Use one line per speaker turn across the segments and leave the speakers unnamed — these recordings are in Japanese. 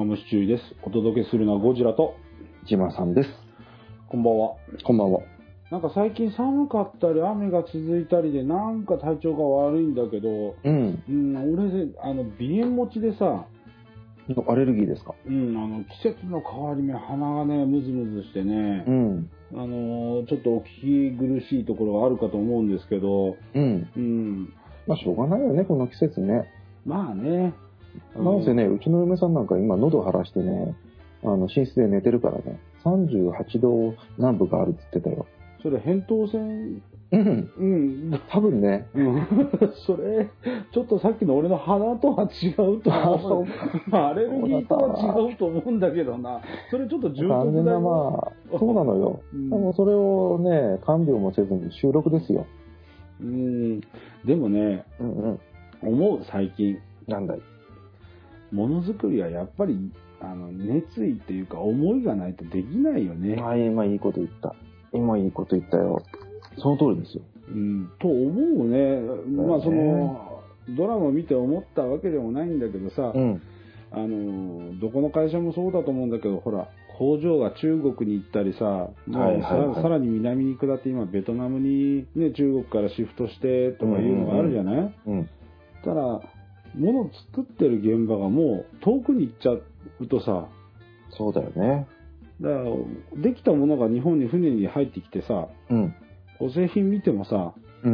ムシチューです。お届けするのはゴジラと
島さんです。
こんばんは。
こんばんは。
なんか最近寒かったり雨が続いたりでなんか体調が悪いんだけど、俺鼻炎持ちでさ、
アレルギーですか？
季節の変わり目、鼻がねムズムズしてね、ちょっとお聞き苦しいところがあるかと思うんですけど、
まあしょうがないよね、この季節ね。
まあね。
なんせね、うちの嫁さんなんか今喉腫らしてね、寝室で寝てるからね、38度南部があるって言ってたよ。
それ扁桃腺？
多分ね。
それ、ちょっとさっきの俺の鼻とは違うと思う。アレルギーとは違うと思うんだけどな。それちょっと重篤だよ。
まあ、そうなのよ。でもそれをね、看病もせずに収録ですよ。
でもね、思う最近。
なんだい。
ものづくりはやっぱり、熱意っていうか思いがないとできないよね。
今いいこと言った。今いいこと言ったよ。その通りですよ。
と思うね。まあドラマ見て思ったわけでもないんだけどさ、どこの会社もそうだと思うんだけど、ほら、工場が中国に行ったりさ、さらに南に下って今ベトナムにね、中国からシフトしてとかいうのがあるじゃない？ただ、物を作ってる現場がもう遠くに行っちゃうとさ、
そうだよね。
だからできたものが日本に船に入ってきてさ、お製品見てもさ、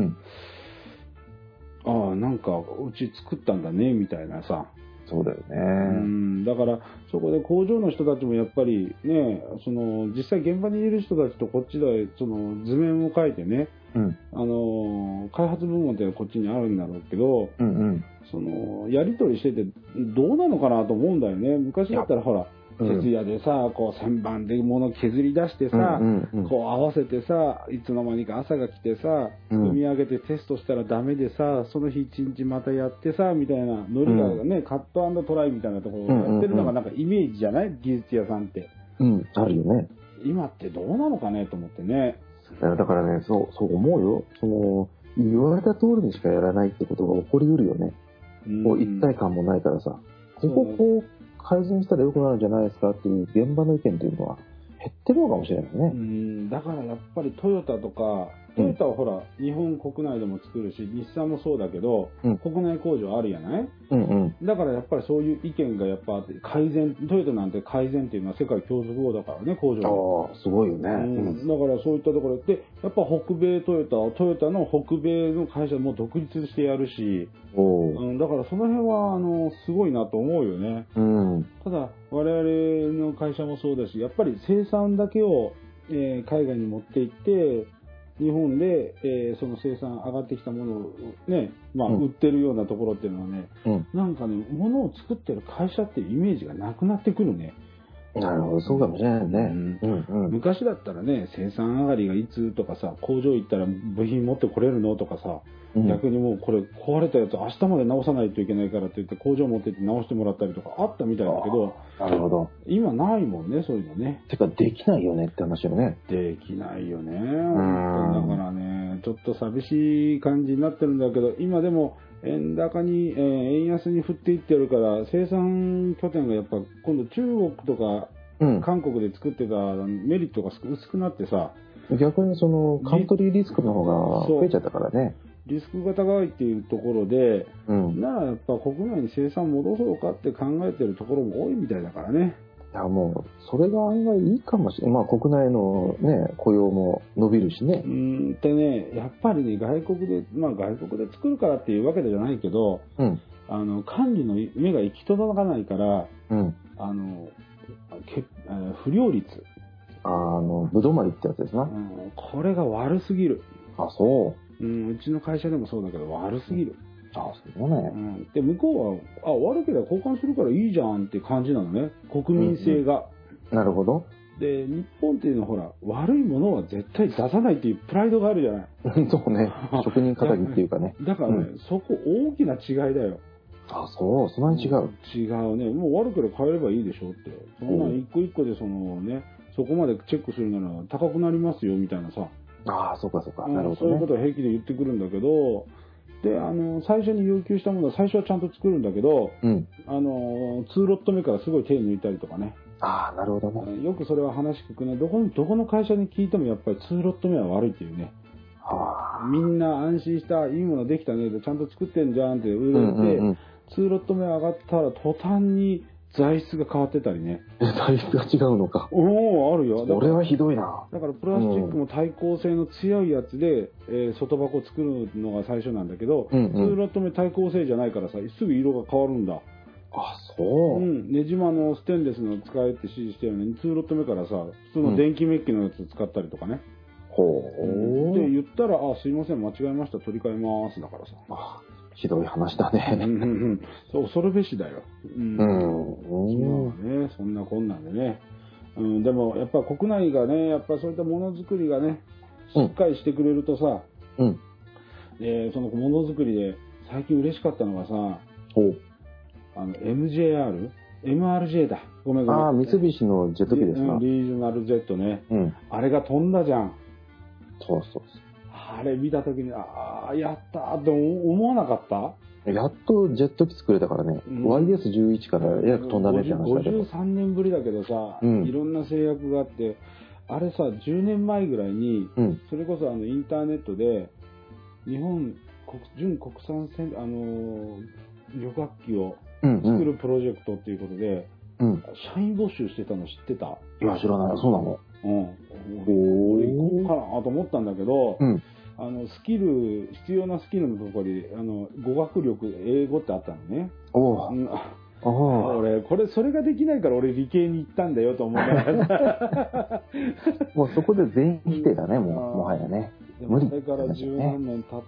なんかうち作ったんだねみたいなさ。
そうだよね。
だからそこで工場の人たちもやっぱりね、実際現場にいる人たちとこっちで図面を描いてね、開発部門ってこっちにあるんだろうけど、やり取りしててどうなのかなと思うんだよね。昔だったらほら、徹夜でさ、こう旋盤で物削り出してさ、こう合わせてさ、いつの間にか朝が来てさ、組み上げてテストしたらダメでさ、その日一日またやってさ、みたいな、ノリがね、カット&トライみたいなところをやってるのがなんかイメージじゃない？技術屋さんって。
あるよね。
今ってどうなのかねと思ってね。
だからね、そう思うよ。言われた通りにしかやらないってことが起こりうるよね。一体感もないからさ、こう改善したら良くなるんじゃないですかっていう現場の意見っていうのは減ってるのかもしれないね。
だからやっぱりトヨタとか、トヨタはほら、日本国内でも作るし、日産もそうだけど、国内工場あるやない？だからやっぱりそういう意見がやっぱあって、改善、トヨタなんて改善っていうのは世界共通語だからね、工場で。
すごいよね。
だからそういったところで、やっぱ北米トヨタの北米の会社も独立してやるし、だからその辺は、すごいなと思うよね。ただ、我々の会社もそうだし、やっぱり生産だけを、海外に持って行って、日本で、その生産上がってきたものをね、売ってるようなところっていうのはね、なんかね、物を作ってる会社っていうイメージがなくなってくるね。
なるほど、そうかもしれないね。
昔だったらね、生産上がりがいつとかさ、工場行ったら部品持ってこれるのとかさ、逆にもうこれ壊れたやつ明日まで直さないといけないからって言って工場持ってって直してもらったりとかあったみたいだけど、
なるほど。
今ないもんね、そういうのね。
てかできないよねって話よね。
できないよね。だからね、ちょっと寂しい感じになってるんだけど、今でも円高に、円安に振っていってるから、生産拠点がやっぱ今度中国とか韓国で作ってたメリットが薄くなってさ、
逆にカントリーリスクの方が増えちゃったからね。
リスクが高いっていうところで、ならやっぱ国内に生産戻そうかって考えてるところも多いみたいだからね。
いやもう、それが案外いいかもしれない。国内のね、雇用も伸びるしね。
でね、やっぱりね、外国で作るからっていうわけじゃないけど、管理の目が行き届かないから、不良率。
ぶどまりってやつですな。
これが悪すぎる。
そう。
うちの会社でもそうだけど悪すぎる。
そうね。
で、向こうは、悪ければ交換するからいいじゃんって感じなのね。国民性が。
なるほど。
で、日本っていうのはほら、悪いものは絶対出さないっていうプライドがあるじゃない。
そうね。職人仇っていうかね。
だからね、そこ大きな違いだよ。
そんなに違う。
違うね。もう悪ければ変えればいいでしょって。そんな一個一個でそこまでチェックするなら高くなりますよみたいなさ。
そうか。なるほど、ね。
そういうことは平気で言ってくるんだけど、 で、最初に要求したものは最初はちゃんと作るんだけど、
うん。
2ロット目からすごい手抜いたりとかね。
ああ、なるほどね。
よくそれは話聞くね。どこの会社に聞いてもやっぱり2ロット目は悪いっていうね。
はあ。
みんな安心した、いいものできたねで、ちゃんと作ってんじゃんって売れて、2ロット目上がったら途端に材質が変わってたりね。
材質が違うのか。
おお、あるよ。
これはひどいな。
だからプラスチックも耐候性の強いやつで、外箱を作るのが最初なんだけど、2ロット目耐候性じゃないからさ、すぐ色が変わるんだ。
あ、そう。
ねじまのステンレスの使えって指示してるのに、2ロット目からさ、普通の電気メッキのやつ使ったりとかね。
ほう。
で、言ったら、すいません、間違えました、取り替えますだからさ。
ひどい話だね。
そう、恐るべしだよ。まあね、そんなこんなんでね。でも、やっぱ国内がね、やっぱそういったものづくりがね、しっかりしてくれるとさ、そのものづくりで、最近嬉しかったのがさ、MRJ だ。ごめん。
ああ、三菱のジェット機ですか。
リージョナルジェットね。あれが飛んだじゃん。
そう。
あれ見たときに、やったーって思わなかった？
やっとジェット機作れたからね。YS11 から約飛んだねって話だけど。
53年ぶりだけどさ、いろんな制約があって、あれさ、10年前ぐらいに、それこそインターネットで、日本純国産旅客機を作るプロジェクトっていうことで、社員募集してたの知ってた？
いや、知らない。そうなの？
俺行こうかなと思ったんだけど、必要なスキルのところに、語学力、英語ってあったのね。俺、それができないから俺理系に行ったんだよと思いながら。
もうそこで全否定だね、もはやね。
無理。それから十何年経って、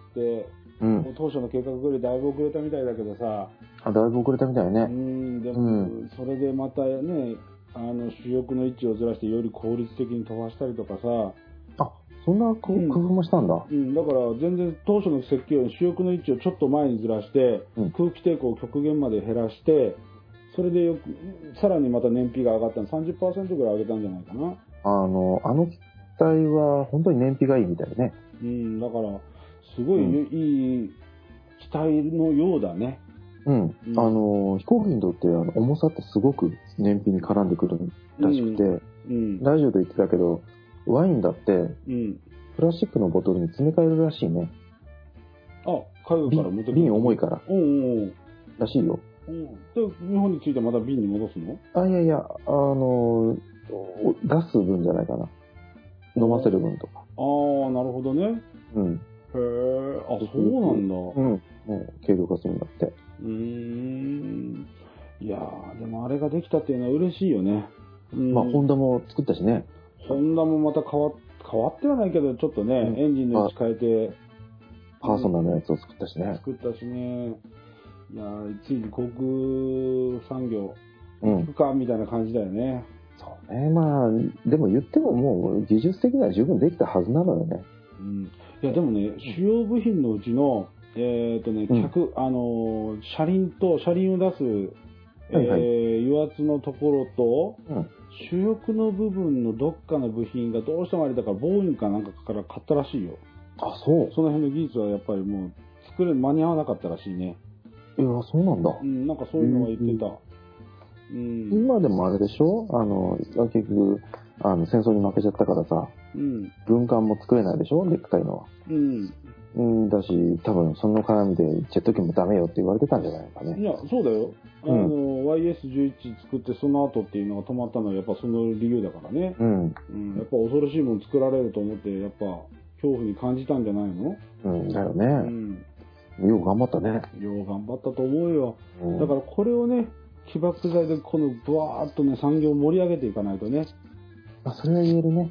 当初の計画よりだいぶ遅れたみたいだけどさ。
だいぶ遅れたみたいね。
でも、それでまたね、主翼の位置をずらしてより効率的に飛ばしたりとかさ。
そんな工夫もしたんだ。
だから全然当初の設計より主翼の位置をちょっと前にずらして、空気抵抗を極限まで減らして、それでさらにまた燃費が上がったの 30% ぐらい上げたんじゃないかな。
あの機体は本当に燃費がいいみたいね。
だから、すごいいい機体のようだね。
飛行機にとって重さってすごく燃費に絡んでくるらしくて、ラジオで言ってたけど、ワインだって、プラスチックのボトルに詰め替えるらしいね。
海外から持ってくる。
瓶重いから。らしいよ。
で、日本に着いてまた瓶に戻すの？
いや、出す分じゃないかな。飲ませる分とか。
なるほどね。へえ、そうなんだ。
もう軽量化するんだって。
いやー、でもあれができたっていうのは嬉しいよね。
ホンダも作ったしね。
ホンダもまた変わってはないけど、ちょっとね、エンジンの位置変えて、
パーソナルのやつを作ったしね。
いやー、ついに航空産業、行くか、みたいな感じだよね。
そうね。でも言ってももう技術的には十分できたはずなのよね。
いや、でもね、主要部品のうちの、車輪を出す、油圧のところと、主翼の部分のどっかの部品がどうしてもあれだから、ボーインかなんかから買ったらしいよ。
そう。
その辺の技術はやっぱりもう、間に合わなかったらしいね。
いや、そうなんだ。
なんかそういうのは言ってた。
今でもあれでしょ結局、戦争に負けちゃったからさ、軍艦も作れないでしょでっかいのは。だし、多分その絡みでジェット機もダメよって言われてたんじゃないかね。
いや、そうだよ。YS11 作ってその後っていうのが止まったのはやっぱその理由だからね。やっぱ恐ろしいもの作られると思って、やっぱ恐怖に感じたんじゃないの？
だよね。よう頑張ったね。
よう頑張ったと思うよ。だからこれをね、起爆剤でこのブワーっとね、産業を盛り上げていかないとね。
それは言えるね。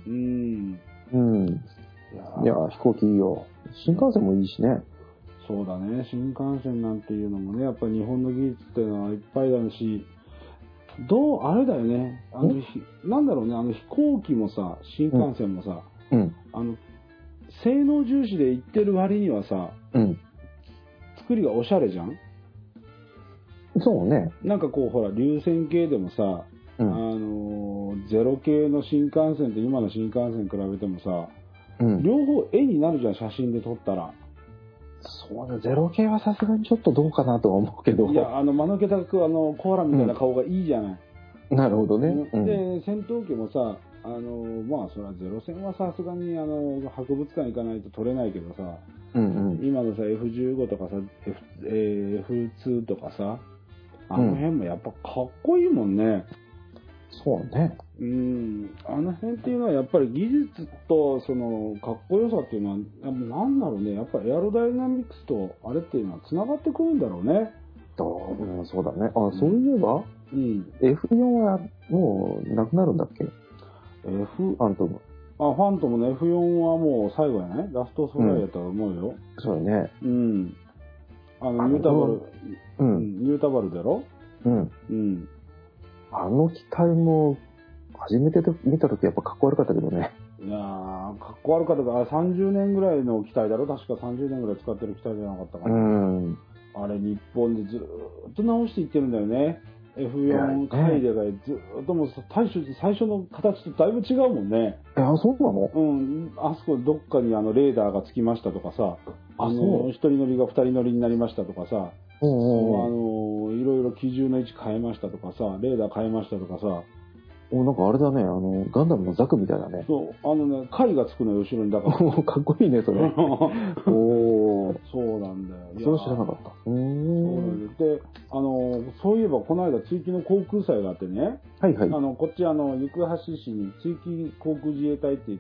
いや、飛行機いいよ。新幹線もいいしね。
そうだね。新幹線なんていうのもね、やっぱり日本の技術っていうのはいっぱいだし、あれだよね。なんだろうね、飛行機もさ、新幹線もさ、性能重視で言ってる割にはさ、作りがおしゃれじゃん？
そうね。
なんかこう、ほら、流線形でもさ、ゼロ系の新幹線と今の新幹線比べてもさ、両方絵になるじゃん、写真で撮ったら。
そうね、ゼロ系はさすがにちょっとどうかなとは思うけど。
いや、間抜けたコアラみたいな顔がいいじゃない。
なるほどね。
で、戦闘機もさ、まあ、それはゼロ戦はさすがに、博物館行かないと撮れないけどさ、今のさ、F15 とかさ、F2 とかさ、あの辺もやっぱかっこいいもんね。
そうね。
あの辺っていうのはやっぱり技術とそのかっこよさっていうのは、なんだろうね、やっぱりエアロダイナミクスとあれっていうのは繋がってくるんだろうね。
そうだね。そういえば、F4 はもうなくなるんだっけ？ファントム。
ファントムの F4 はもう最後やね。ラストスフライやったと思うよ。
そうだね。
ニュータバル、ニュータバルだろ？
あの機体も、初めて見たときやっぱかっこ悪かったけどね。
いやー、かっこ悪かったから、30年ぐらいの機体だろ？確か30年ぐらい使ってる機体じゃなかったかな。あれ、日本でずーっと直していってるんだよね。F4 回でがずーっともう最初の形とだいぶ違うもんね。
そうなの？
あそこどっかにレーダーがつきましたとかさ、一人乗りが二人乗りになりましたとかさ、いろいろ機銃の位置変えましたとかさ、レーダー変えましたとかさ。
なんかあれだね、ガンダムのザクみたいだね。
そう、貝がつくのよ、後ろに。だから。
かっこいいね、それ。
そうなんだよ。
それは知らなかった。そうなん
で、そういえば、この間、追記の航空祭があってね。こっち、行橋市に追記航空自衛隊って言って、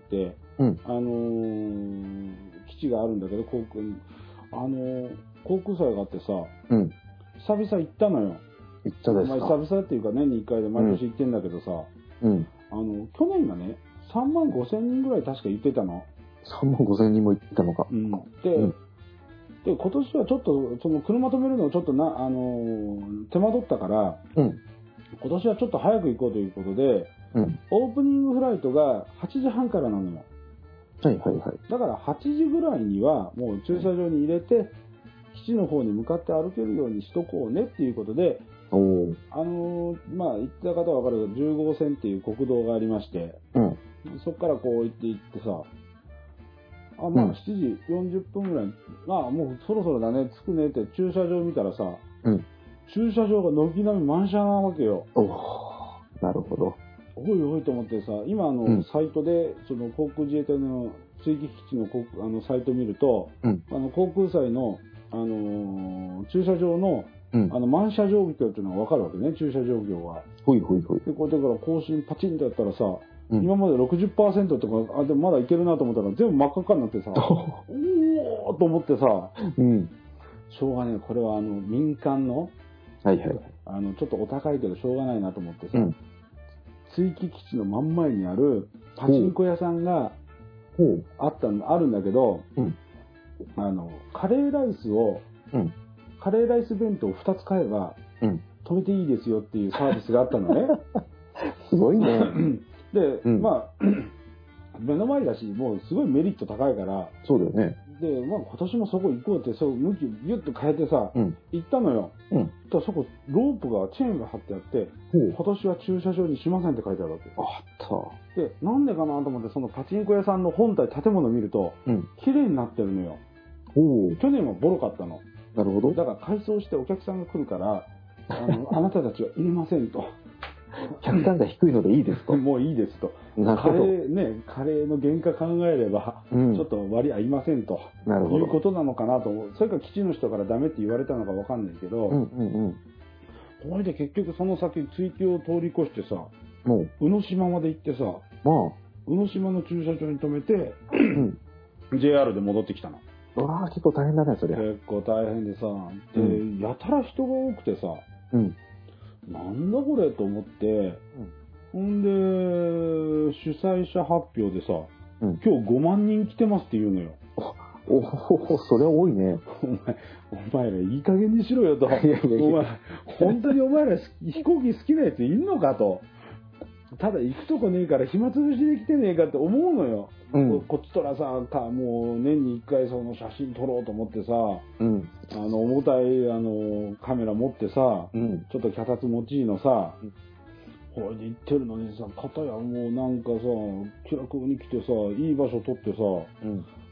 基地があるんだけど、航空に。航空祭があってさ、久々行ったのよ。
行ったですか？
久々っていうか年に1回で毎年行ってんだけどさ、去年がね、3万5千人ぐらい確か行ってたの。
3万5千人も行ったのか。
で、今年はちょっと、その車止めるのをちょっと手間取ったから、今年はちょっと早く行こうということで、オープニングフライトが8時半からなのよ。だから8時ぐらいにはもう駐車場に入れて、基地の方に向かって歩けるようにしとこうねっていうことで、行った方はわかるけど、10号線っていう国道がありまして、そこからこう行ってさ、7時40分ぐらい、もうそろそろだね、着くねって駐車場見たらさ、駐車場が軒並み満車なわけよ。
なるほど。
おいおいと思ってさ、今サイトで、その航空自衛隊の追記基地のサイト見ると、航空祭の、駐車場の、満車状況っていうのがわかるわけね、駐車状況は。で、こうだから更新パチンとやったらさ、今まで 60% とか、でもまだいけるなと思ったら全部真っ赤っかになってさ、おーと思ってさ、しょうがねえ、これは民間の、ちょっとお高いけどしょうがないなと思ってさ、追記基地の真ん前にあるパチンコ屋さんがあるんだけど、カレーライス弁当を2つ買えば、止めていいですよっていうサービスがあったのね。
すごいね。
で、目の前だし、もうすごいメリット高いから。
そうだよね。
で、今年もそこ行こうって、向きギュッと変えてさ、行ったのよ。そこ、ロープが、チェーンが張ってあって、今年は駐車場にしませんって書いてあるわけ。で、なんでかなと思って、そのパチンコ屋さんの本体、建物を見ると、綺麗になってるのよ。去年はボロかったの。
なるほど。
だから改装してお客さんが来るから、あなたたちは入れませんと。
客単価低いのでいいですと。
もういいですと。カレーの原価考えれば、ちょっと割合いませんと。いうことなのかなと思う。それか基地の人からダメって言われたのかわかんないけど、これで結局その先追記を通り越してさ、宇野島まで行ってさ、宇野島の駐車場に止めて、JR で戻ってきたの。
結構大変だね、それ。
結構大変でさ、で、やたら人が多くてさ、なんだこれと思って、ほんで、主催者発表でさ、今日5万人来てますって言うのよ。
それは多いね。
お前らいい加減にしろよと。お前、本当にお前ら飛行機好きなやついんのかと。ただ行くとこねえから暇つぶしで来てねえかって思うのよ。こっちとらさ、もう年に1回その写真撮ろうと思ってさ、重たいカメラ持ってさ、ちょっと脚立持ちのさ、ほいで行ってるのにさ、片やもうなんかさ、気楽に来てさ、いい場所撮ってさ、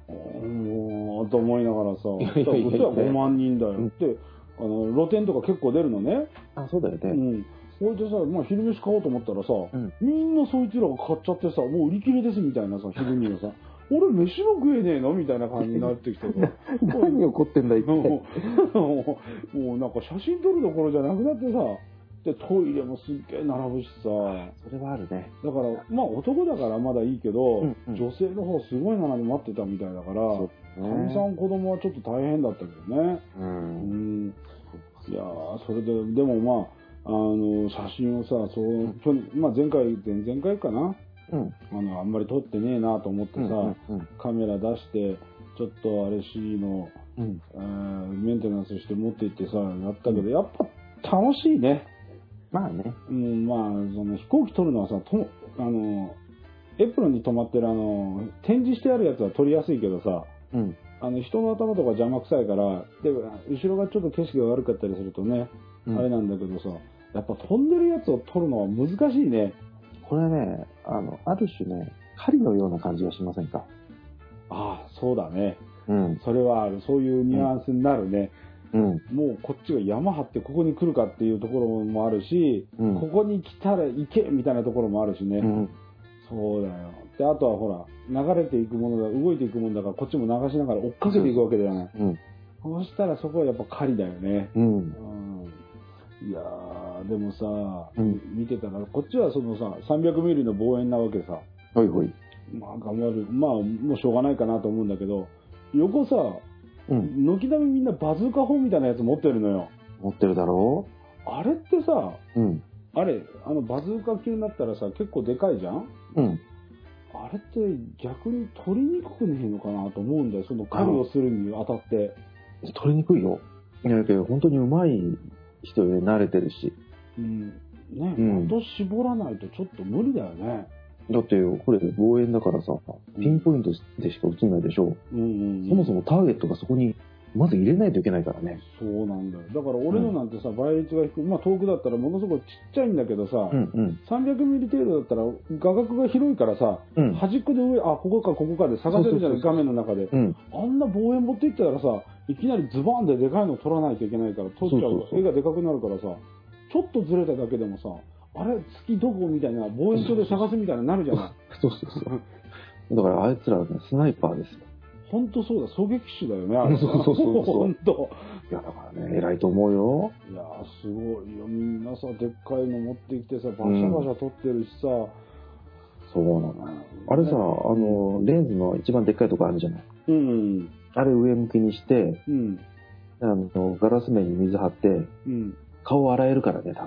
と思いながらさ、こっちは5万人だよって、露店とか結構出るのね。
あ、そうだよね。うん。
それでさ、まあ昼飯買おうと思ったらさ、みんなそいつらが買っちゃってさ、もう売り切れですみたいなさ、昼にはさ、俺飯も食えねえのみたいな感じになってきてさ。
何起こってんだ、一体。も
うなんか写真撮るどころじゃなくなってさ、で、トイレもすっげえ並ぶしさ。
それはあるね。
だから、まあ男だからまだいいけど、女性の方すごい並び待ってたみたいだから、かみさん子供はちょっと大変だったけどね。いやー、それで、でもまあ、写真をさ、去年、まあ前回、前々回かな。あんまり撮ってねえなと思ってさ、カメラ出して、ちょっとあれ C の、メンテナンスして持って行ってさ、やったけど、やっぱ楽しいね。
まあね。
まあ、その飛行機撮るのはさ、エプロンに止まってる展示してあるやつは撮りやすいけどさ、人の頭とか邪魔くさいから、で、後ろがちょっと景色が悪かったりするとね、あれなんだけどさ、やっぱ飛んでるやつを撮るのは難しいね。
これね、ある種ね、狩りのような感じがしませんか？
ああ、そうだね。それはある。そういうニュアンスになるね。もうこっちが山張ってここに来るかっていうところもあるし、ここに来たら行けみたいなところもあるしね。そうだよ。で、あとはほら、流れていくものだ、動いていくものだから、こっちも流しながら追っかけていくわけじゃない。そうしたらそこはやっぱ狩りだよね。いやー、でもさ、見てたら、こっちはそのさ、300ミリの望遠なわけさ。
はいはい。
まあ頑張る。まあ、もうしょうがないかなと思うんだけど、横さ、軒並みみんなバズーカ砲みたいなやつ持ってるのよ。
持ってるだろ
う？あれってさ、あれ、バズーカ級になったらさ、結構でかいじゃん？あれって逆に取りにくくねえのかなと思うんだよ。その狩りをするにあたって。
取りにくいよ。いやけど本当に上手い人で慣れてるし。
ね、的絞らないとちょっと無理だよね。
だってこれ望遠だからさ、ピンポイントでしか映んないでしょ。そもそもターゲットがそこにまず入れないといけないからね。
そうなんだよ。だから俺のなんてさ、倍率が低い。まあ遠くだったらものすごくちっちゃいんだけどさ、300ミリ程度だったら画角が広いからさ、端っこで上、あ、ここかここかで探せるじゃない、画面の中で。あんな望遠持っていったらさ、いきなりズバーンででかいの撮らないといけないから、撮っちゃうと絵がでかくなるからさ、ちょっとずれただけでもさ、あれ月どこみたいな、望遠鏡で探すみたいになるじゃない。
そう。だからあいつらはね、スナイパーですよ。
ほんとそうだ、狙撃手だよね、あれ。そう。ほんと。
いや、だからね、偉いと思うよ。
いやすごいよ。みんなさ、でっかいの持ってきてさ、バシャバシャ撮ってるしさ。
そうなの。あれさ、レンズの一番でっかいとこあるじゃない。あれ上向きにして、ガラス面に水張って、顔洗えるからね、多分。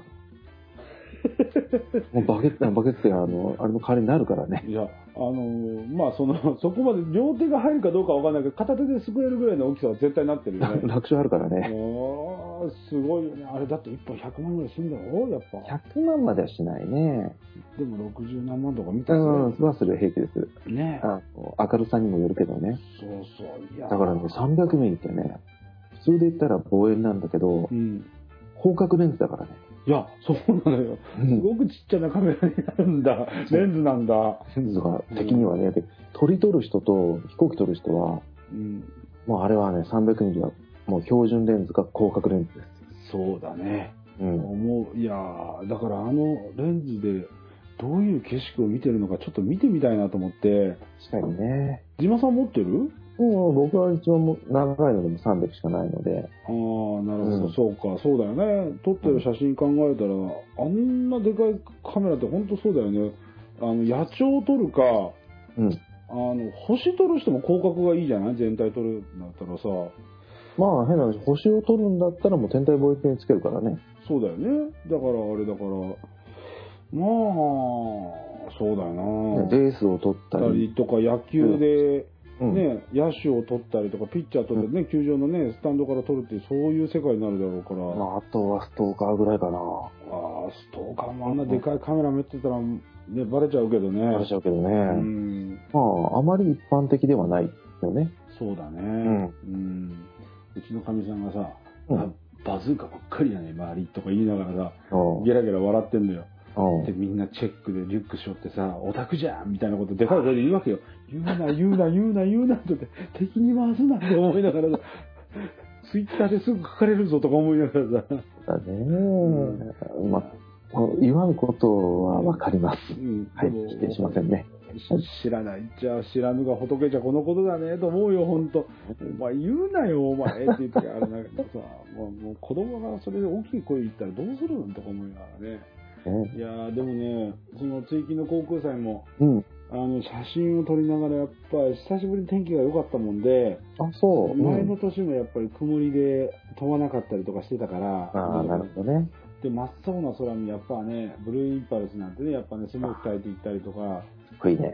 もうバケツってあれの代わりになるからね。
いや、まあそこまで両手が入るかどうかわかんないけど、片手ですくえるぐらいの大きさは絶対なってるよね。
楽勝あるからね。
すごいよね。あれだって1本100万ぐらいするんだろやっぱ。
100万まではしないね。
でも60何万とか見たら
それ平気です。ね。明るさにもよるけどね。
そう。いや
だからね、300ミリってね、普通で言ったら望遠なんだけど、広角レンズだからね。
いや、そうなのよ。すごくちっちゃなカメラになるんだ。レンズなんだ。
レンズが敵にはね、鳥撮る人と飛行機撮る人は、もうあれはね、300ミリはもう標準レンズか広角レンズです。
そうだね。いやー、だからレンズでどういう景色を見てるのかちょっと見てみたいなと思って。
確かにね。
島さん持ってる？
僕は一番長いのでも300しかないので。
ああ、なるほど、そうか、そうだよね。撮ってる写真考えたら、あんなでかいカメラって本当そうだよね。野鳥を撮るか、星撮る人も広角がいいじゃない？全体撮るんだったらさ。
まあ変な話、星を撮るんだったらもう天体望遠鏡につけるからね。
そうだよね。だからあれだから、まあ、そうだよな。
レースを撮ったり
とか野球で、ね、野手を取ったりとか、ピッチャー取ってね、球場のね、スタンドから取るっていう、そういう世界になるだろうから。
あとはストーカーぐらいかな。
ストーカーもあんなでかいカメラ持ってたら、ね、バレちゃうけどね。
バレちゃうけどね。あまり一般的ではないよね。
そうだね。うちのかみさんがさ、バズーカばっかりやね、周りとか言いながらさ、ゲラゲラ笑ってんだよ。 で、みんなチェックでリュック背負ってさ、オタクじゃんみたいなことでかい声で言うわけよ。言うなって敵に回すなって思いながらさ、ツイッターですぐ書かれるぞとか思いながらさ。
だね。まあ、言わんことはわかります。はい、否定しませんね。
知らないじゃ知らぬが仏じゃこのことだねと思うよ、ほんと。お前言うなよ、お前って言ってあれだけどさ、もう子供がそれで大きい声言ったらどうするのとか思いながらね。いやーでもね、その追記の航空祭も、写真を撮りながらやっぱり久しぶりに天気が良かったもんで、前の年もやっぱり曇りで飛ばなかったりとかしてたから、
なるほどね。
で、真っ青な空にやっぱね、ブルーインパルスなんてね、やっぱね、スモーク焚いていったりとか、
いいね。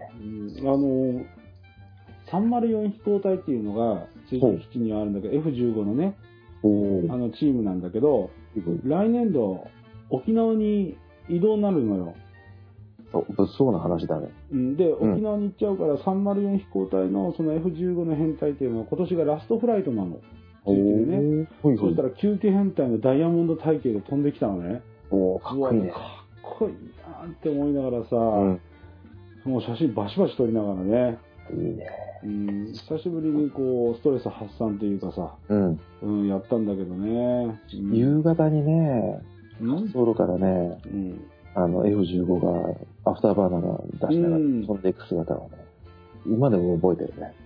304飛行隊っていうのが、追記基地にはあるんだけど、F15 のね、チームなんだけど、来年度、沖縄に移動になるのよ。
物騒な話だね。
で、沖縄に行っちゃうから、304飛行隊のその F15 の編隊っていうのは今年がラストフライトなの。追記でね。そしたら9機編隊のダイヤモンド体系で飛んできたのね。
かっこいいね。
かっこいいなって思いながらさ、もう写真バシバシ撮りながらね。
いいね。
久しぶりにこう、ストレス発散っていうかさ、やったんだけどね。
夕方にね、ソウルからね、F15 がアフターバーナー出しながら飛んでいく姿はね、今でも覚えてるね。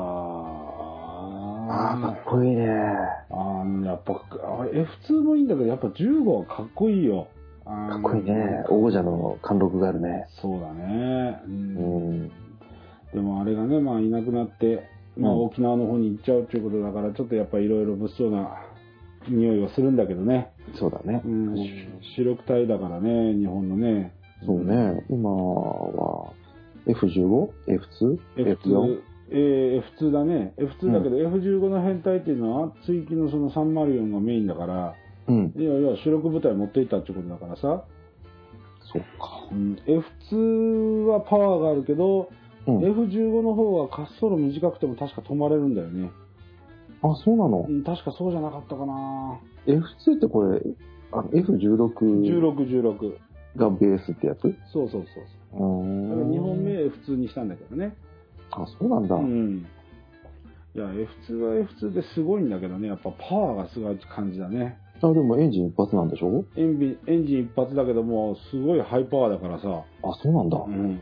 かっこいいね。
やっぱ、F2 もいいんだけど、やっぱ15はかっこいいよ。
かっこいいね。王者の貫禄があるね。
そうだね。でもあれがね、まあいなくなって、まあ沖縄の方に行っちゃうっていうことだから、ちょっとやっぱいろいろ物騒な匂いはするんだけどね。
そうだね。
主力隊だからね、日本のね。
そうね。今は F15？F2？F4？
F2 だね。F2 だけど、F15 の編隊っていうのは、追記のその304がメインだから、いや主力部隊持っていったってことだからさ。
そっか。
F2 はパワーがあるけど、F15 の方は滑走路短くても確か止まれるんだよね。
あ、そうなの？
確かそうじゃなかったかな。
F2 ってこれ、F16 がベースってやつ？
そう。だから2本目 F2 にしたんだけどね。
あ、そうなんだ。
いや、F2 は F2 ですごいんだけどね、やっぱパワーがすごい感じだね。
でもエンジン一発なんでしょ？エン
ジン一発だけども、すごいハイパワーだからさ。
あ、そうなんだ。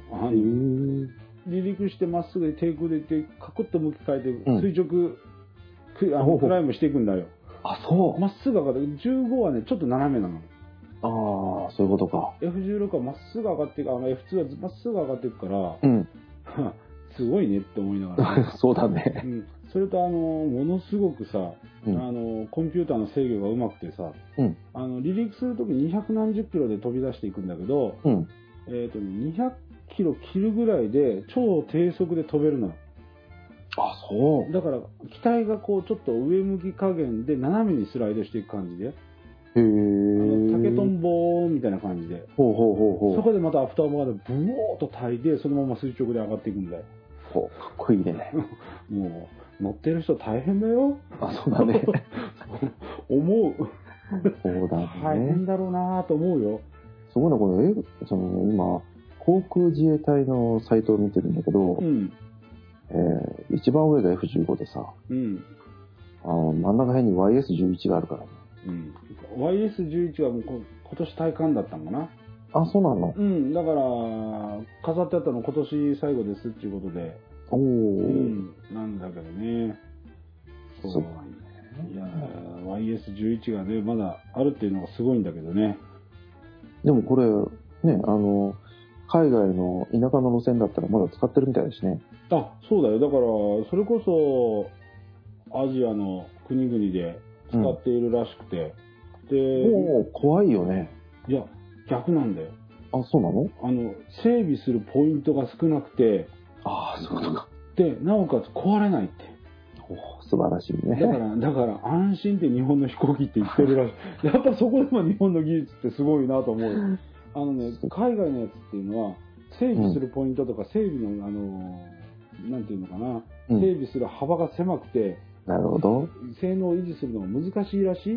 離陸してまっすぐで低空で行って、カクッと向き変えて、垂直、クライムしていくんだよ。
あ、そう。
まっすぐ上がって、15はね、ちょっと斜めなの。
ああ、そういうことか。
F16 はまっすぐ上がっていく、F2 はまっすぐ上がっていくから、すごいねって思いながら、ね。
そうだね。
それとものすごくさ、コンピューターの制御がうまくてさ、離陸するとき200何十キロで飛び出していくんだけど、200キロ切るぐらいで超低速で飛べるの。
あ、そう。
だから、機体がこうちょっと上向き加減で斜めにスライドしていく感じで。
竹
とんぼみたいな感じで。そこでまたアフターバーでブオーっと炊いて、そのまま垂直で上がっていくんだよ。
かっこいいね。
もう、乗ってる人大変だよ。
あ、そうだね。
思う。
そうだね。
大変だろうなと思うよ。
すごいな、この今、航空自衛隊のサイトを見てるんだけど、一番上が F15 でさ、真ん中辺に YS11 があるからね。YS11
はもう今年体感だったのかな。
あ、そうなの？
だから、飾ってあったの今年最後ですっていうことで。なんだけどね。そう。いや、YS11 がね、まだあるっていうのがすごいんだけどね。
でもこれ、ね、海外の田舎の路線だったらまだ使ってるみたいだしね。
あ、そうだよ。だから、それこそ、アジアの国々で使っているらしくて。
怖いよね。
いや、逆なんだよ。
あ、そうなの？
整備するポイントが少なくて。
ああ、そういうことか。
で、なおかつ壊れないって。
素晴らしいね。
だから安心って日本の飛行機って言ってるらしい。やっぱそこでも日本の技術ってすごいなと思う。海外のやつっていうのは、整備するポイントとか整備の、なんていうのかな、整備する幅が狭くて、
なるほど。
性能を維持するのが難しいらしい。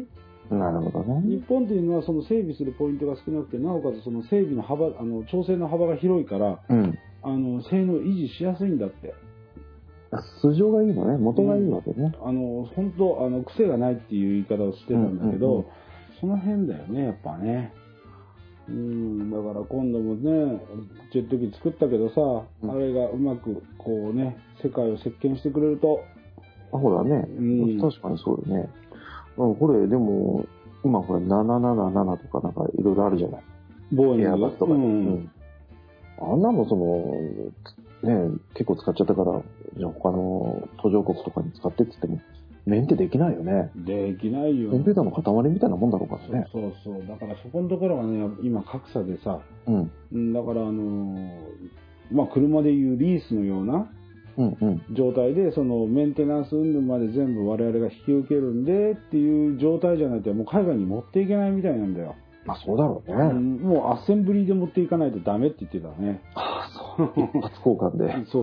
なるほどね。
日本っていうのはその整備するポイントが少なくて、なおかつその整備の幅、調整の幅が広いから、
うん、
性能維持しやすいんだって。
素性がいいのね、元がいいわけね。
本当、癖がないっていう言い方をしてたんだけど、その辺だよね、やっぱね。だから今度もね、ジェット機作ったけどさ、あれがうまくこうね、世界を席巻してくれると。
ほらね、確かにそうよね。これ、でも、今これ777とかなんかいろいろあるじゃない。
ボーイング
エアバスとか。あんなのね、結構使っちゃったから、じゃあ他の途上国とかに使ってって言っても、メンテできないよね。
できないよ。
コンピューターの塊みたいなもんだろうからね。
そう。だからそこのところがね、今格差でさ、だから車でいうリースのような状態で、そのメンテナンス云々まで全部我々が引き受けるんでっていう状態じゃないと、もう海外に持っていけないみたいなんだよ。
まあそうだろうね。
もうアッセンブリーで持っていかないとダメって言ってたね。
そう。一発交換で。
そう。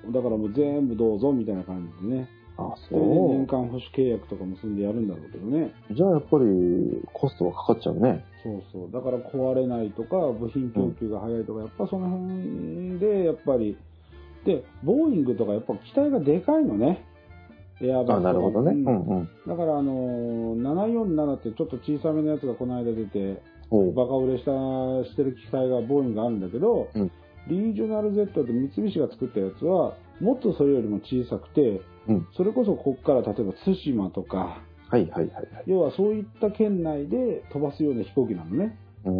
だからもう全部どうぞみたいな感じでね。
そう。
それで年間保守契約とか結んでやるんだろうけどね。
じゃあやっぱりコストはかかっちゃうね。
そう。だから壊れないとか、部品供給が早いとか、やっぱその辺で、やっぱり、で、ボーイングとかやっぱ機体がでかいのね。エアバスとか。
なるほどね。
だから747ってちょっと小さめのやつがこの間出て、バカ売れしてる機体がボーイングがあるんだけど、リージョナル Z って三菱が作ったやつは、もっとそれよりも小さくて、それこそこっから例えば対馬とか、要はそういった県内で飛ばすような飛行機なのね。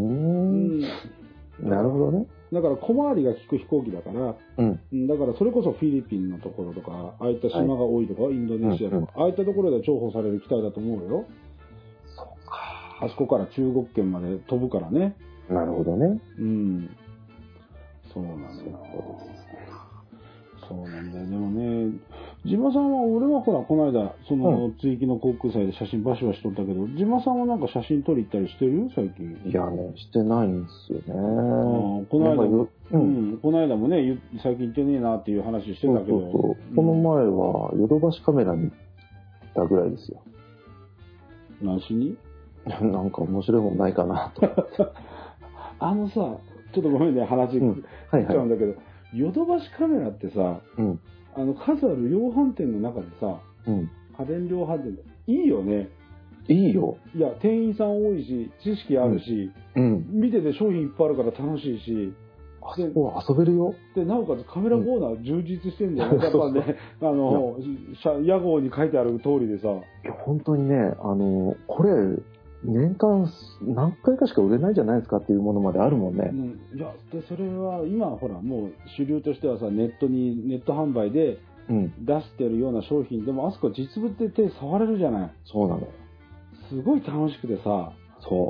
なるほどね。
だから小回りが利く飛行機だから、だからそれこそフィリピンのところとか、ああいった島が多いとか、インドネシアとか、ああいったところで重宝される機体だと思うよ。
そうか。
あそこから中国圏まで飛ぶからね。
なるほどね。
そうなのよ。そうなんだよ。でもね、島さんは、俺はほら、この間、追記の航空祭で写真バシバシ撮ったけど、島さんはなんか写真撮り行ったりしてる最近。
いやね、してないんですよね。
この間もね、最近行ってねえなっていう話してたけど。
この前は、ヨドバシカメラに行ったぐらいですよ。
何しに
なんか面白いもんないかなと。
ちょっとごめんね、話聞っちゃうんだけど、ヨドバシカメラってさ、数ある量販店の中でさ、家電量販店でいいよね。
いいよ。
いや、店員さん多いし、知識あるし、見てて商品いっぱいあるから楽しいし、
あそこは遊べるよ。
で、なおかつカメラコーナー充実してんだよね。やっぱね、屋号に書いてある通りでさ。い
や、本当にね、これ、年間何回かしか売れないじゃないですかっていうものまであるもんね。
いや、で、それは今ほら、もう主流としてはさ、ネット販売で出してるような商品でも、あそこ実物で手触れるじゃない。
そうなのよ。
すごい楽しくてさ。
そう。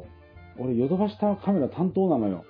俺、ヨドバシカメラ担当なのよ。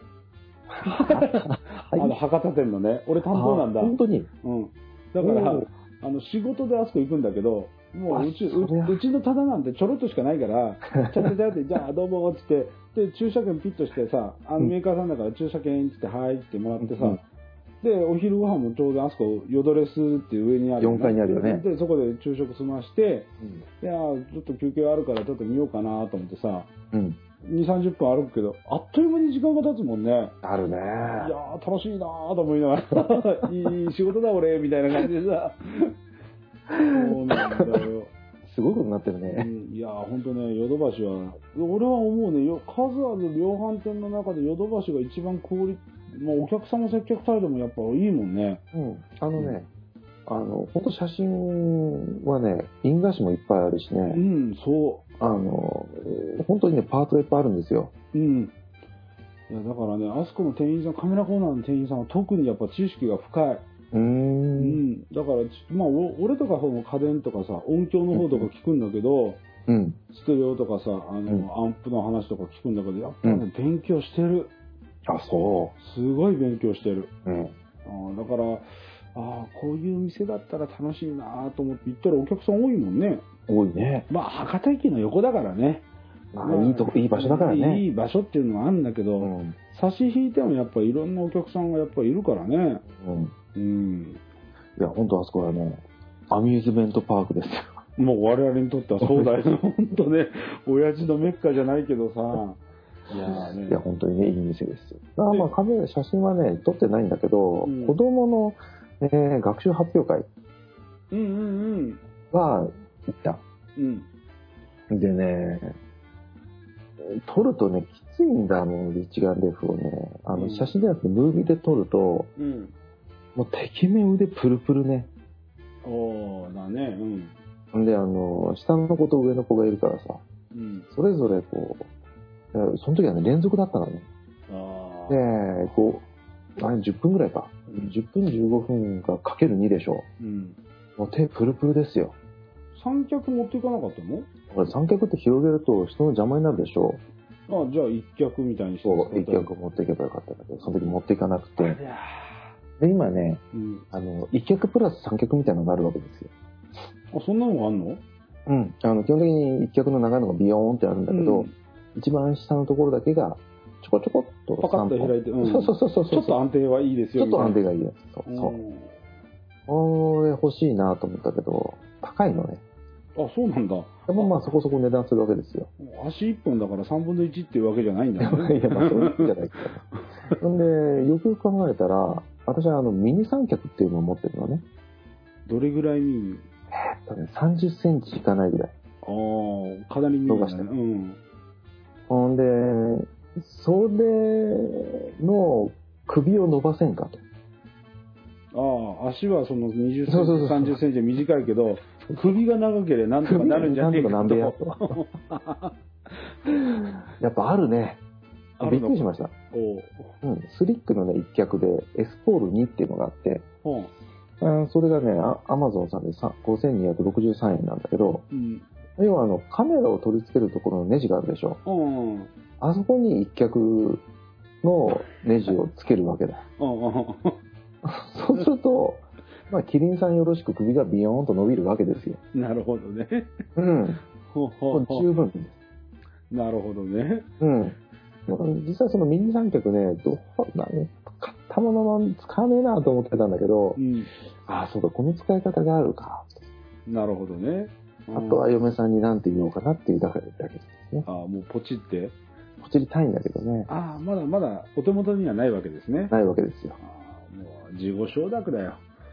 博多店のね。俺担当なんだ。
本当に。
だから、仕事であそこ行くんだけど、もううちの棚なんてちょろっとしかないから、ちゃって、じゃあどうもって言って、で、駐車券ピッとしてさ、メーカーさんだから駐車券ってはいってもらってさ、で、お昼ご飯もちょうどあそこ、ヨドレスって上にある、
4階にあるよね。
で、そこで昼食済まして、いや、ちょっと休憩あるからちょっと見ようかなと思ってさ、2、30分歩くけど、あっという間に時間が経つもんね。
あるね。い
やー、楽しいなーと思いながら、いい仕事だ俺、みたいな感じでさ。そうなんだよ。
すごいことになってるね。
いやー、ほんとね、ヨドバシは、俺は思うね、数ある量販店の中でヨドバシが一番お客様接客態度もやっぱいいもんね。
ほんと写真はね、印画紙もいっぱいあるしね。
そう。
本当にね、パーツがいっぱいあるんですよ。
いや、だからね、あそこの店員さん、カメラコーナーの店員さんは特にやっぱ知識が深い。だから、俺とか家電とかさ、音響の方とか聞くんだけど、ステレオとかさ、アンプの話とか聞くんだけど、やっぱね、勉強してる。
あ、そう。
すごい勉強してる。だから、こういう店だったら楽しいなと思って行ったらお客さん多いもんね。
多いね。
博多駅の横だからね。
いい場所だからね。
いい場所っていうのはあるんだけど、差し引いてもやっぱりいろんなお客さんがやっぱりいるからね。
いや、ほんとあそこはね、アミューズメントパークですよ。
もう我々にとってはそうだよね。本当ね、親父のメッカじゃないけどさ。
いや、本当にね、いい店ですよ。まあ、写真はね、撮ってないんだけど、子供の、学習発表会は行った。でね、撮るとね、きついんだもん、一眼レフをね。写真じゃなくて、ムービーで撮ると、もう、てきめん腕プルプルね。
だね。
で、下の子と上の子がいるからさ、それぞれこう、その時はね、連続だったのね。で、こう、10分ぐらいか。10分15分がかける2でしょ。もう手プルプルですよ。
三脚持っていかなかったの？
三脚って広げると人の邪魔になるでしょ。
じゃあ一脚みたいにして。
そう、一脚持っていけばよかったんだけど、その時持っていかなくて。で、今ね、一脚プラス三脚みたいなのがあるわけですよ。
そんなのがあんの？
基本的に一脚の長いのがビヨーンってあるんだけど、一番下のところだけがちょこちょこっと
パカッと開いて、
そう
ちょっと安定はいいですよ。
ちょっと安定がいいやつ。そう。これ欲しいなと思ったけど、高いのね。
そうなんだ。
でもまあそこそこ値段するわけですよ。
足1本だから3分の1っていうわけじゃないんだよね。
いや、まあそういうわけじゃないけど。んで、よくよく考えたら、私はミニ三脚っていうのを持ってるのね。
どれぐらいミニ
？30センチいかないぐらい。
かなりミニだね。
ほんで、それの首を伸ばせんかと。
足はその20センチ、30センチ短いけど、首が長ければなんとかなるんじゃねえかと。
やっぱあるね。びっくりしました。スリックのね、一脚でエスポール2っていうのがあって、それがね、アマゾンさんで5263円なんだけど、要はカメラを取り付けるところのネジがあるでしょ。あそこに一脚のネジをつけるわけだ。そうすると、まあ、キリンさんよろしく首がビヨーンと伸びるわけですよ。
なるほどね。
十分です。
なるほどね。
実際そのミニ三脚ね、買ったものの使わねえなと思ってたんだけど、そうだ、この使い方があるか。
なるほどね。
あとは嫁さんに何て言おうかなっていうだけですね。
もうポチって？
ポチりたいんだけどね。
まだお手元にはないわけですね。
ないわけですよ。
もう自己承諾だよ。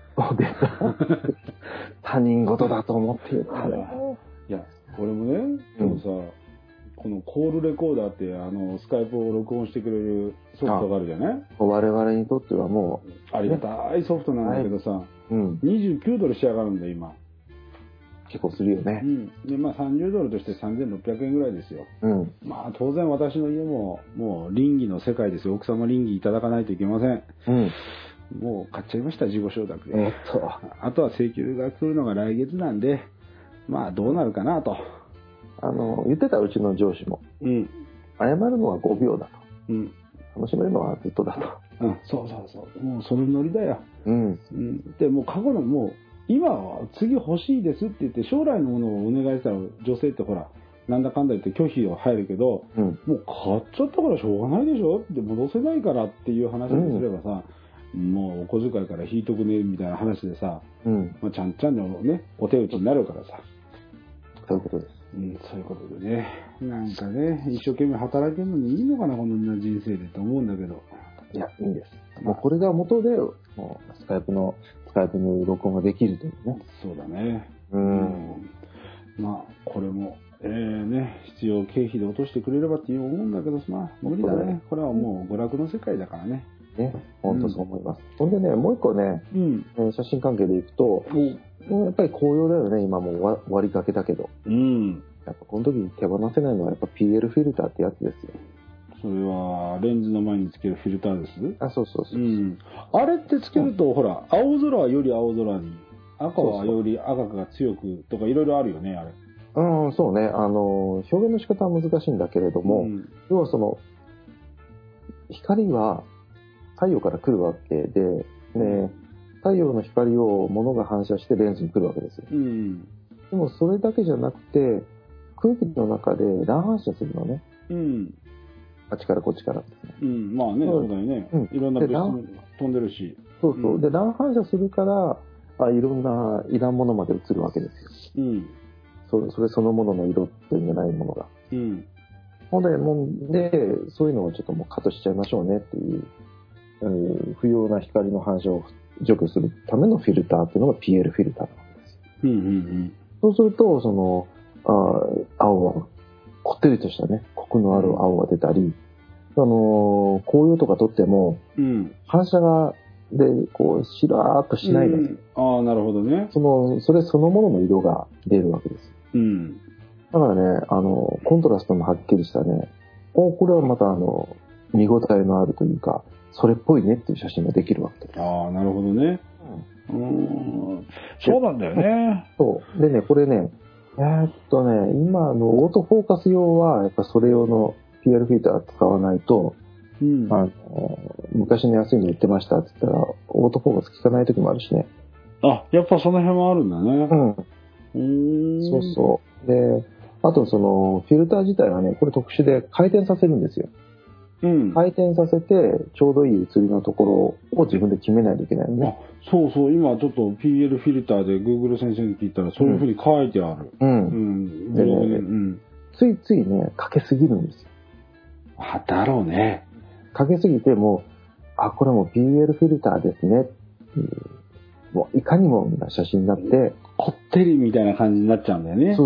他人事だと思って言ったね。
いや、俺もね、今日さ、このコールレコーダーってスカイプを録音してくれるソフトがあるじゃない？
我々にとってはも
うありがたいソフトなんだけどさ、$29しやがるんだよ今。
結構するよね。
で$30として3600円ぐらいですよ。まあ当然私の家ももう倫理の世界ですよ。奥様倫理いただかないといけません。もう買っちゃいました、自己承諾で。あとは請求が来るのが来月なんで、まあどうなるかなと。
言ってたうちの上司も、謝るのは5秒だと。楽しめるのはずっとだと。
そう。もうそのノリだよ。で、もう過去のもう、今は次欲しいですって言って将来のものをお願いしたら女性ってほらなんだかんだ言って拒否を入るけど、もう買っちゃったからしょうがないでしょって戻せないからっていう話にすればさ、もうお小遣いから引いとくねみたいな話でさ、まあ、ちゃんのねお手打ちになるからさ、
そういうことです。
そういうことでね、なんかね一生懸命働いてるのにいいのかなこんな人生でと思うんだけど。
いや、いいんです。もうこれが元でもうスカイプに録音ができるというね。
そうだね。まあこれも必要経費で落としてくれればって思うんだけどさ、無理だね。これはもう娯楽の世界だからね。
本当そう思います。ほんでね、もう一個ね、写真関係でいくと、やっぱり紅葉だよね。今もう終わりかけだけど。やっぱこの時に手放せないのはやっぱ PL フィルターってやつですよ。
それはレンズの前につけるフィルターです。
そう。
あれってつけると、ほら青空はより青空に、赤はより赤が強くとかいろいろあるよねあれ。
そうね。表現の仕方は難しいんだけれども、要はその光は太陽から来るわけで、太陽の光を物が反射してレンズに来るわけですよ。でもそれだけじゃなくて空気の中で乱反射するのね。あっちからこっちからですね。
まあね、そうだよね。いろんな物質飛んでるし。
で、乱反射するから、いろんないらんものまで映るわけですよ。 それそのものの色っていうんじゃないものが。
うん。
で、そういうのをちょっともうカットしちゃいましょうねっていう、不要な光の反射を除去するためのフィルターっていうのが PL フィルターなわけです。
うんうんうん。
そうすると、青は、こってりとしたね、コクのある青が出たり、紅葉とか撮っても、
うん、
反射が、で、こう、しらーっとしないんです。
ああ、なるほどね。
それそのものの色が出るわけです。
うん。
だからね、コントラストもはっきりしたね、これはまた見応えのあるというか、それっぽいねっていう写真ができるわけです。
ああ、なるほどね。そうなんだよね。
そう。でね、これね、今のオートフォーカス用は、やっぱそれ用の PL フィルター使わないと、
うん、
昔の安いの売ってましたって言ったら、オートフォーカス効かない時もあるしね。
あ、やっぱその辺もあるんだね。
そうそう。で、あとフィルター自体はね、これ特殊で回転させるんですよ。
うん。
回転させて、ちょうどいい写りのところを自分で決めないといけないのね。
そうそう、今ちょっと PL フィルターで Google 先生に聞いたらそういうふうに書いてある。
でね、ついついね、かけすぎるんですよ。
あ、だろうね。
かけすぎても、これも PL フィルターですね。もういかにもな写真になって、
こってりみたいな感じになっちゃうんだよね。
そう、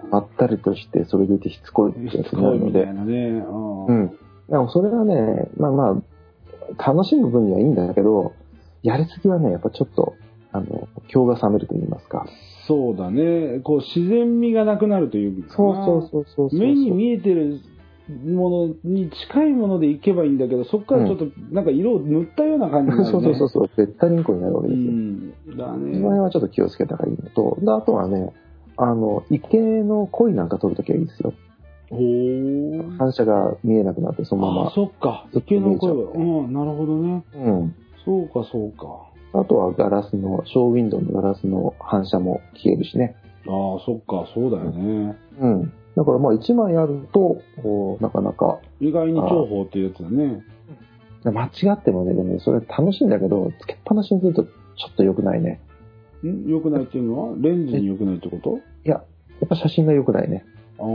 ばったりとして、それでいてしつこいってやつになるので。
しつこいみたいなね。
でもそれはね、まあ、楽しむ分にはいいんだけど、やりすぎはね、やっぱちょっと、興が冷めると言いますか。
そうだね。こう、自然味がなくなるというか。
そう。
目に見えてるものに近いものでいけばいいんだけど、そこからちょっとなんか色を塗ったような感じになる、ね。
そう。べったりんこになるわけですよ。
だね。
その辺はちょっと気をつけた方がいいのと、あとはね、池の鯉なんか撮るときはいいですよ。反射が見えなくなってそのまま。
そっか。池の鯉は。なるほどね。そうか。
あとはガラスの、ショーウィンドウのガラスの反射も消えるしね。
そっか、そうだよね。
だからまあ1枚あると、なかなか。
意外に重宝っていうやつだね。
間違ってもね、でもそれ楽しいんだけど、つけっぱなしにするとちょっと良くないね。
良くないっていうのはレンズに良くないってこと？
いや、やっぱ写真が良くないね。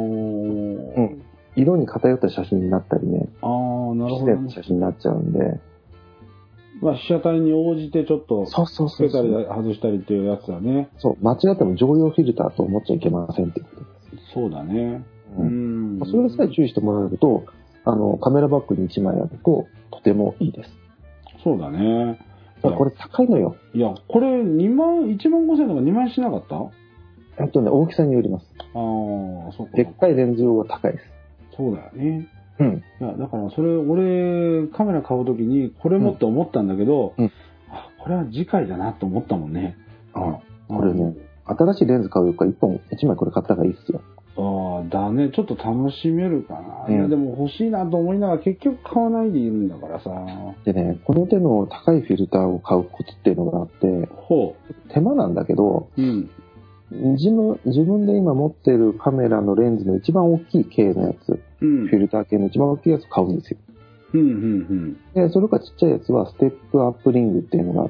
色に偏った写真になったりね。
なるほど、ね。
自然な写真になっちゃうんで。
まあ、被写体に応じてちょっと、つけたり外したりっていうやつだね。
そう、間違っても常用フィルターと思っちゃいけませんっていうことです。
そうだね。
それさえ注意してもらえると、カメラバッグに1枚あると、とてもいいです。
そうだね。
これ高いのよ。 いや、
これ1万5000とか2万円しなかった？
大きさによります。
そうか。
でっかいレンズ用は高いです。
そうだよね。
い
や、だからそれ、俺、カメラ買うときに、これもって思ったんだけど、これは次回だなと思ったもんね。
これね、新しいレンズ買うよりか1枚これ買った方がいいっすよ。
だね。ちょっと楽しめるかな。いや、でも欲しいなと思いながら結局買わないでいるんだからさ。
でね、この手の高いフィルターを買うことっていうのがあって、手間なんだけど、自分で今持ってるカメラのレンズの一番大きい系のやつ、フィルター系の一番大きいやつを買うんですよ。で、それからちっちゃいやつはステップアップリングっていうのがあって、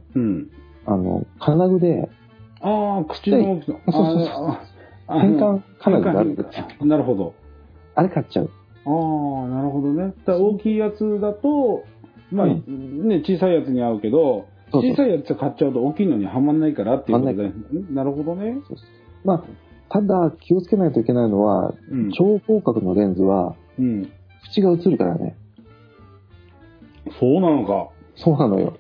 金具で、
口の大きさ。
変換金具があるんですよ。
なるほど。
あれ買っちゃう。
なるほどね。大きいやつだと、まあ、ね、小さいやつに合うけど、小さいやつ買っちゃうと大きいのにはまんないからっていうことで。なるほどね。
まあ、ただ気をつけないといけないのは、超広角のレンズは、縁が映るからね。
そうなのか。
そうなのよ。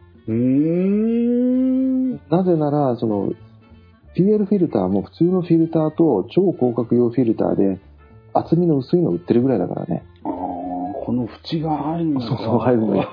なぜなら、PL フィルターも普通のフィルターと超広角用フィルターで厚みの薄いの売ってるぐらいだからね。
この縁が入るのか。
そう、入るのよ。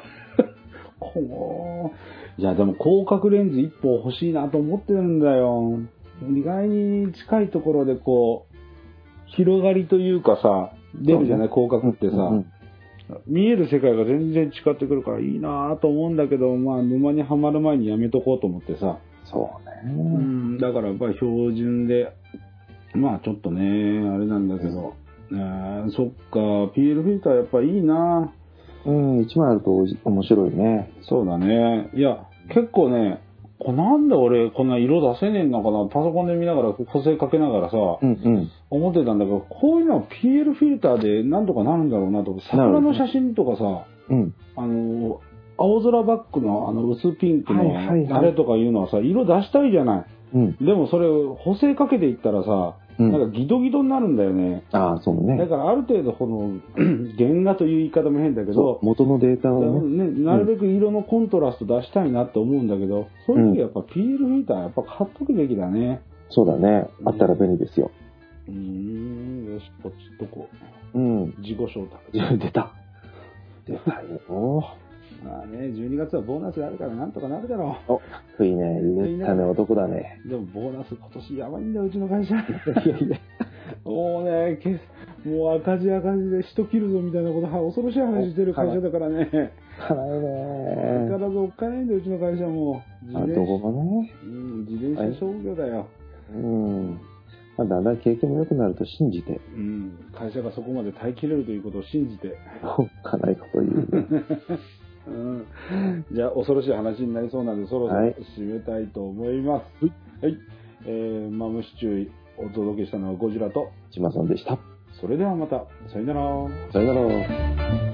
いや、でも広角レンズ1本欲しいなと思ってるんだよ。意外に近いところで広がりというかさ、出るじゃない、広角ってさ。見える世界が全然違ってくるからいいなと思うんだけど、まあ、沼にはまる前にやめとこうと思ってさ。
そうね。
だからやっぱり標準で、まあちょっとね、あれなんだけど、そっか、PL フィルターやっぱいいな
1枚あると面白いね。
そうだね。いや、結構ね、 これなんで俺こんな色出せねえのかな、パソコンで見ながら補正かけながらさ、思ってたんだけど、こういうのは PL フィルターでなんとかなるんだろうなと。桜の写真とかさ、青空バックの薄ピンクのあれとかいうのはさ、色出したいじゃない。でもそれを補正かけていったらさ、なんかギドギドになるんだよね。
そうね。
だからある程度この原画という言い方も変だけど、
元のデータをね、
なるべく色のコントラスト出したいなって思うんだけど、そういう時はやっぱ PL フィルターやっぱ買っとくべきだね。
そうだね。あったら便利ですよ。
よし、こっちどこ。自己招待。
出たよ。
まあね、12月はボーナスがあるからなんとかなるだろう。
お、いいね。言ったね、男だね。
でもボーナス今年やばいんだよ、うちの会社。もうね、もう赤字で人切るぞみたいなこと、恐ろしい話してる会社だからね。
辛いね。
相変わらずおっかないんだよ、うちの会社も。
どこがね。
自転車商業だよ。
だんだん景気も良くなると信じて。
会社がそこまで耐えきれるということを信じて。
おっかないこと言う。
じゃあ、恐ろしい話になりそうなんで、そろそろ締めたいと思います。はい。マムシチューお届けしたのはゴジラと
島さんでした。
それではまた。さよなら。
さよなら。